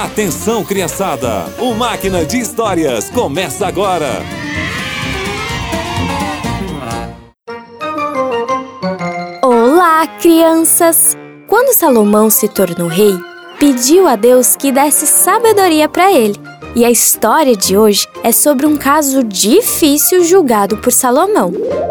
Atenção, criançada! O Máquina de Histórias começa agora! Olá, crianças! Quando Salomão se tornou rei, pediu a Deus que desse sabedoria para ele. E a história de hoje é sobre um caso difícil julgado por Salomão.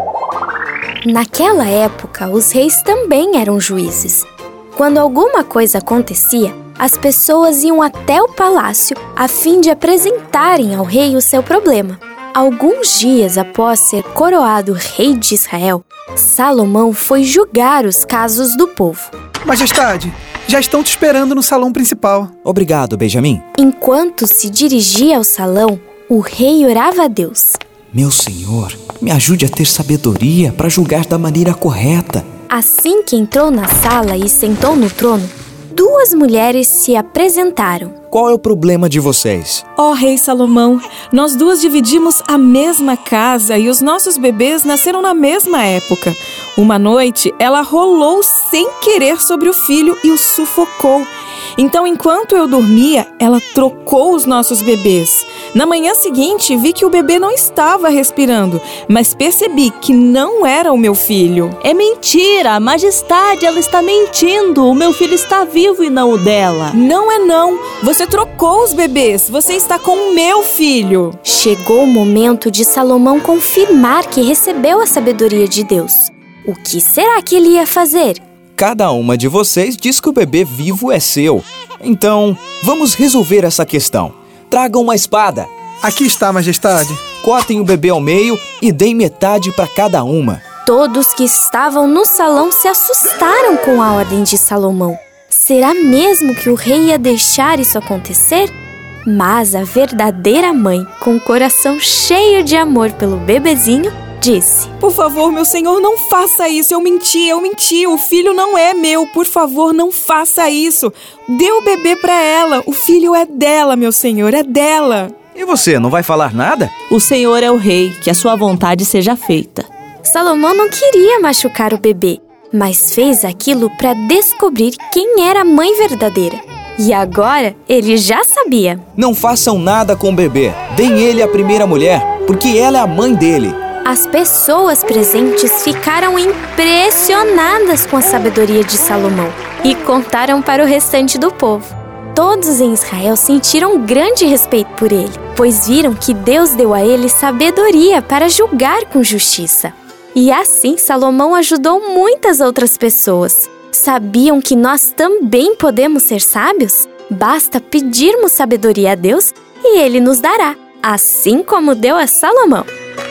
Naquela época, os reis também eram juízes. Quando alguma coisa acontecia, as pessoas iam até o palácio a fim de apresentarem ao rei o seu problema. Alguns dias após ser coroado rei de Israel, Salomão foi julgar os casos do povo. Majestade, já estão te esperando no salão principal. Obrigado, Benjamim. Enquanto se dirigia ao salão, o rei orava a Deus. Meu senhor, me ajude a ter sabedoria para julgar da maneira correta. Assim que entrou na sala e sentou no trono, duas mulheres se apresentaram. Qual é o problema de vocês? Ó rei Salomão, nós duas dividimos a mesma casa e os nossos bebês nasceram na mesma época. Uma noite, ela rolou sem querer sobre o filho e o sufocou. Então, enquanto eu dormia, ela trocou os nossos bebês. Na manhã seguinte, vi que o bebê não estava respirando, mas percebi que não era o meu filho. É mentira! Majestade, ela está mentindo! O meu filho está vivo e não o dela. Não é não! Você trocou os bebês! Você está com o meu filho! Chegou o momento de Salomão confirmar que recebeu a sabedoria de Deus. O que será que ele ia fazer? Cada uma de vocês diz que o bebê vivo é seu. Então, vamos resolver essa questão. Tragam uma espada. Aqui está, majestade. Cortem o bebê ao meio e deem metade para cada uma. Todos que estavam no salão se assustaram com a ordem de Salomão. Será mesmo que o rei ia deixar isso acontecer? Mas a verdadeira mãe, com o coração cheio de amor pelo bebezinho, disse: Por favor, meu senhor, não faça isso. Eu menti. O filho não é meu. Por favor, não faça isso. Dê o bebê para ela. O filho é dela, meu senhor, é dela. E você, não vai falar nada? O senhor é o rei, que a sua vontade seja feita. Salomão não queria machucar o bebê, mas fez aquilo para descobrir quem era a mãe verdadeira. E agora ele já sabia. Não façam nada com o bebê. Deem ele à primeira mulher, porque ela é a mãe dele. As pessoas presentes ficaram impressionadas com a sabedoria de Salomão e contaram para o restante do povo. Todos em Israel sentiram grande respeito por ele, pois viram que Deus deu a ele sabedoria para julgar com justiça. E assim Salomão ajudou muitas outras pessoas. Sabiam que nós também podemos ser sábios? Basta pedirmos sabedoria a Deus e Ele nos dará, assim como deu a Salomão.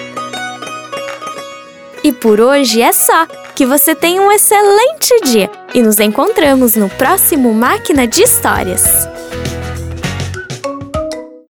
E por hoje é só. Que você tenha um excelente dia e nos encontramos no próximo Máquina de Histórias.